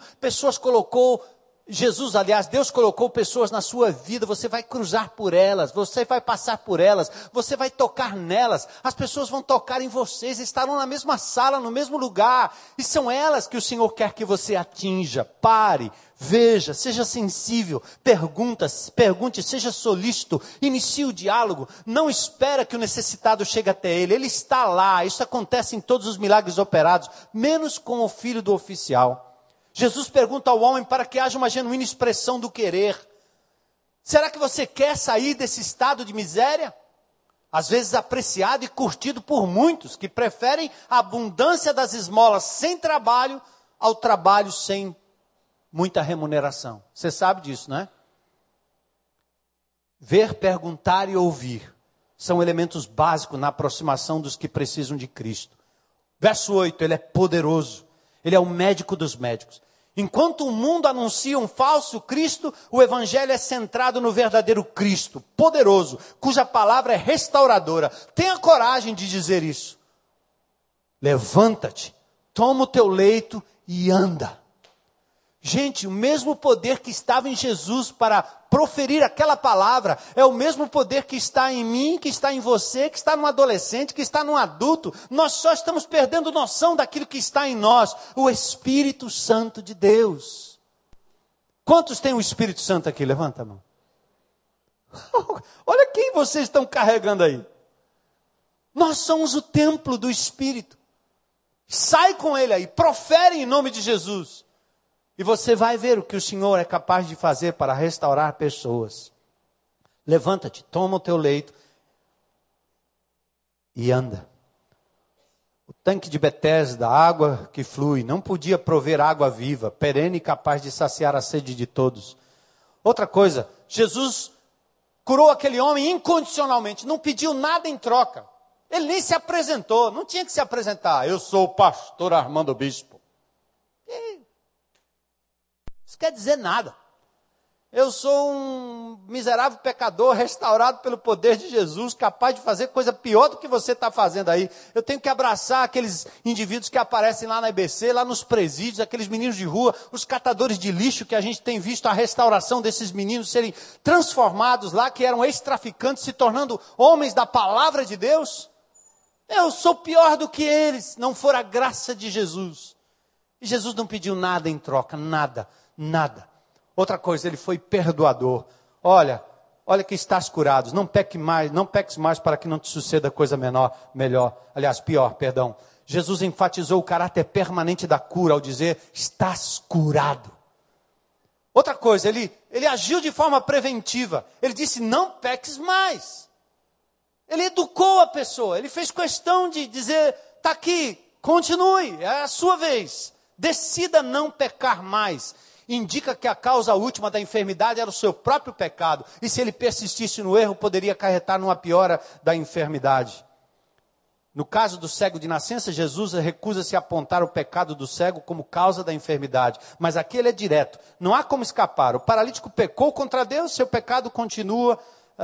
Deus colocou pessoas na sua vida, você vai cruzar por elas, você vai passar por elas, você vai tocar nelas, as pessoas vão tocar em vocês, estarão na mesma sala, no mesmo lugar, e são elas que o Senhor quer que você atinja. Pare, veja, seja sensível, pergunte, seja solícito, inicie o diálogo, não espera que o necessitado chegue até ele está lá. Isso acontece em todos os milagres operados, menos com o filho do oficial. Jesus pergunta ao homem para que haja uma genuína expressão do querer. Será que você quer sair desse estado de miséria? Às vezes apreciado e curtido por muitos, que preferem a abundância das esmolas sem trabalho, ao trabalho sem muita remuneração. Você sabe disso, não é? Ver, perguntar e ouvir são elementos básicos na aproximação dos que precisam de Cristo. Verso 8, ele é poderoso. Ele é o médico dos médicos. Enquanto o mundo anuncia um falso Cristo, o evangelho é centrado no verdadeiro Cristo, poderoso, cuja palavra é restauradora. Tenha coragem de dizer isso. Levanta-te, toma o teu leito e anda. Gente, o mesmo poder que estava em Jesus para proferir aquela palavra, é o mesmo poder que está em mim, que está em você, que está no adolescente, que está no adulto. Nós só estamos perdendo noção daquilo que está em nós, o Espírito Santo de Deus. Quantos têm o Espírito Santo aqui? Levanta a mão. Olha quem vocês estão carregando aí. Nós somos o templo do Espírito. Sai com ele aí, profere em nome de Jesus. E você vai ver o que o Senhor é capaz de fazer para restaurar pessoas. Levanta-te, toma o teu leito e anda. O tanque de Betesda, a água que flui, não podia prover água viva, perene e capaz de saciar a sede de todos. Outra coisa, Jesus curou aquele homem incondicionalmente, não pediu nada em troca. Ele nem se apresentou, não tinha que se apresentar. Eu sou o pastor Armando Bispo. Isso quer dizer nada. Eu sou um miserável pecador restaurado pelo poder de Jesus, capaz de fazer coisa pior do que você está fazendo aí. Eu tenho que abraçar aqueles indivíduos que aparecem lá na IBC, lá nos presídios, aqueles meninos de rua, os catadores de lixo, que a gente tem visto a restauração desses meninos serem transformados lá, que eram ex-traficantes, se tornando homens da palavra de Deus. Eu sou pior do que eles, não for a graça de Jesus. E Jesus não pediu nada em troca, nada. Outra coisa, ele foi perdoador. Olha que estás curado, não peques mais para que não te suceda coisa pior. Jesus enfatizou o caráter permanente da cura ao dizer, estás curado. Outra coisa, ele agiu de forma preventiva. Ele disse, não peques mais. Ele educou a pessoa, ele fez questão de dizer, está aqui, continue, é a sua vez. Decida não pecar mais. Indica que a causa última da enfermidade era o seu próprio pecado. E se ele persistisse no erro, poderia acarretar numa piora da enfermidade. No caso do cego de nascença, Jesus recusa-se a apontar o pecado do cego como causa da enfermidade. Mas aqui ele é direto. Não há como escapar. O paralítico pecou contra Deus, seu pecado continua.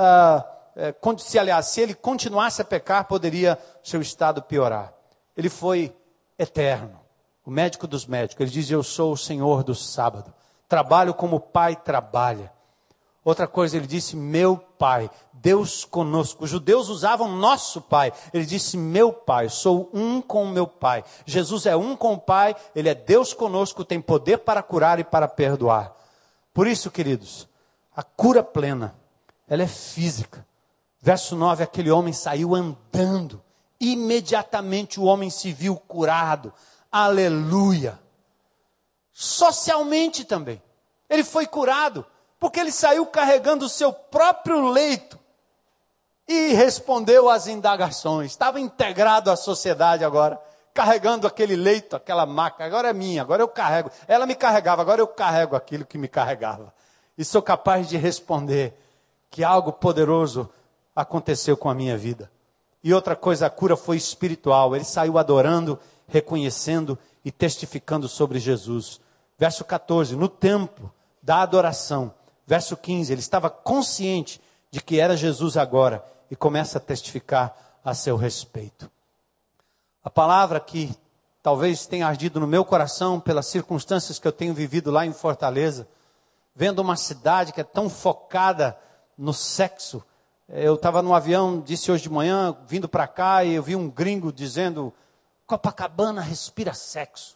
Se ele continuasse a pecar, poderia seu estado piorar. Ele foi eterno. O médico dos médicos, ele diz, eu sou o Senhor do sábado, trabalho como o Pai trabalha. Outra coisa, ele disse, meu Pai, Deus conosco. Os judeus usavam nosso Pai, ele disse, meu Pai, sou um com o meu Pai. Jesus é um com o Pai, ele é Deus conosco, tem poder para curar e para perdoar. Por isso, queridos, a cura plena, ela é física. Verso 9, aquele homem saiu andando, imediatamente o homem se viu curado. Aleluia! socialmente também. Ele foi curado, porque ele saiu carregando o seu próprio leito e respondeu às indagações. Estava integrado à sociedade agora, carregando aquele leito, aquela maca. Agora é minha, agora eu carrego. Ela me carregava, agora eu carrego aquilo que me carregava. E sou capaz de responder que algo poderoso aconteceu com a minha vida. E outra coisa, a cura foi espiritual. Ele saiu adorando, reconhecendo e testificando sobre Jesus. Verso 14, no tempo da adoração. Verso 15, ele estava consciente de que era Jesus agora e começa a testificar a seu respeito. A palavra que talvez tenha ardido no meu coração pelas circunstâncias que eu tenho vivido lá em Fortaleza, vendo uma cidade que é tão focada no sexo. Eu estava no avião, disse hoje de manhã, vindo para cá, e eu vi um gringo dizendo, Copacabana respira sexo.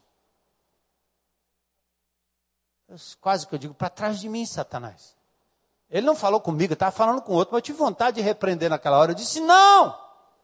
Quase que eu digo, para trás de mim, Satanás. Ele não falou comigo, estava falando com outro, mas eu tive vontade de repreender naquela hora. Eu disse, não!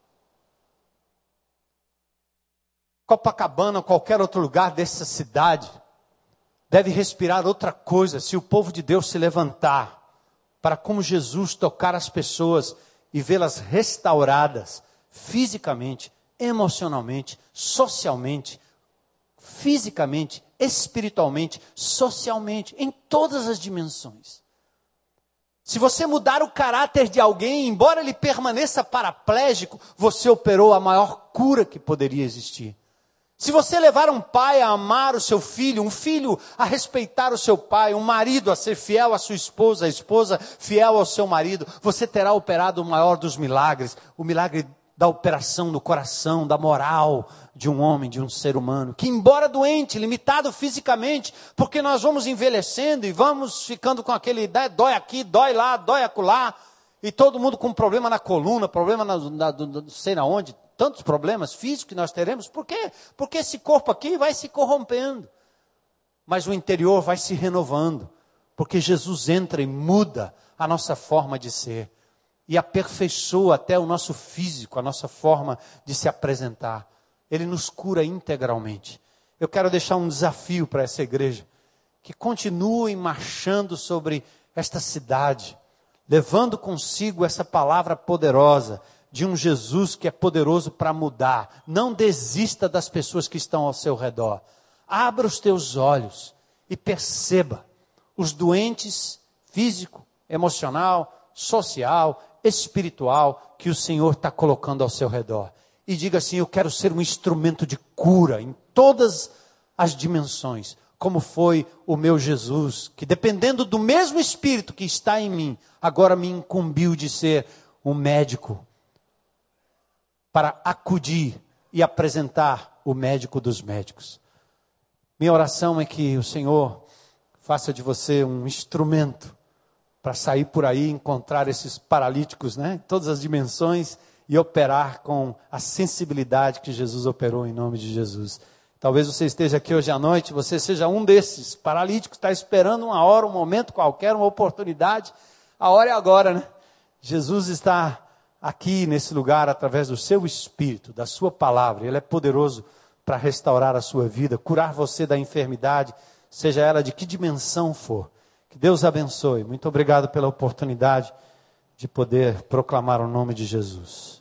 Copacabana, qualquer outro lugar dessa cidade, deve respirar outra coisa se o povo de Deus se levantar para, como Jesus, tocar as pessoas e vê-las restauradas fisicamente, emocionalmente, socialmente, fisicamente, espiritualmente, socialmente, em todas as dimensões. Se você mudar o caráter de alguém, embora ele permaneça paraplégico, você operou a maior cura que poderia existir. Se você levar um pai a amar o seu filho, um filho a respeitar o seu pai, um marido a ser fiel à sua esposa, a esposa fiel ao seu marido, você terá operado o maior dos milagres, o milagre da operação do coração, da moral de um homem, de um ser humano, que embora doente, limitado fisicamente, porque nós vamos envelhecendo e vamos ficando com aquele, dói aqui, dói lá, dói acolá, e todo mundo com problema na coluna, problema não sei na onde, tantos problemas físicos que nós teremos. Por quê? Porque esse corpo aqui vai se corrompendo, mas o interior vai se renovando, porque Jesus entra e muda a nossa forma de ser, e aperfeiçoa até o nosso físico, a nossa forma de se apresentar. Ele nos cura integralmente. Eu quero deixar um desafio para essa igreja, que continue marchando sobre esta cidade, levando consigo essa palavra poderosa, de um Jesus que é poderoso para mudar. Não desista das pessoas que estão ao seu redor. Abra os teus olhos e perceba os doentes físico, emocional, social, espiritual que o Senhor está colocando ao seu redor. E diga assim, eu quero ser um instrumento de cura em todas as dimensões, como foi o meu Jesus, que dependendo do mesmo Espírito que está em mim, agora me incumbiu de ser um médico, para acudir e apresentar o médico dos médicos. Minha oração é que o Senhor faça de você um instrumento para sair por aí e encontrar esses paralíticos, né, em todas as dimensões, e operar com a sensibilidade que Jesus operou em nome de Jesus. Talvez você esteja aqui hoje à noite, você seja um desses paralíticos, está esperando uma hora, um momento qualquer, uma oportunidade. A hora é agora, né? Jesus está aqui nesse lugar através do seu Espírito, da sua palavra. Ele é poderoso para restaurar a sua vida, curar você da enfermidade, seja ela de que dimensão for. Que Deus abençoe. Muito obrigado pela oportunidade de poder proclamar o nome de Jesus.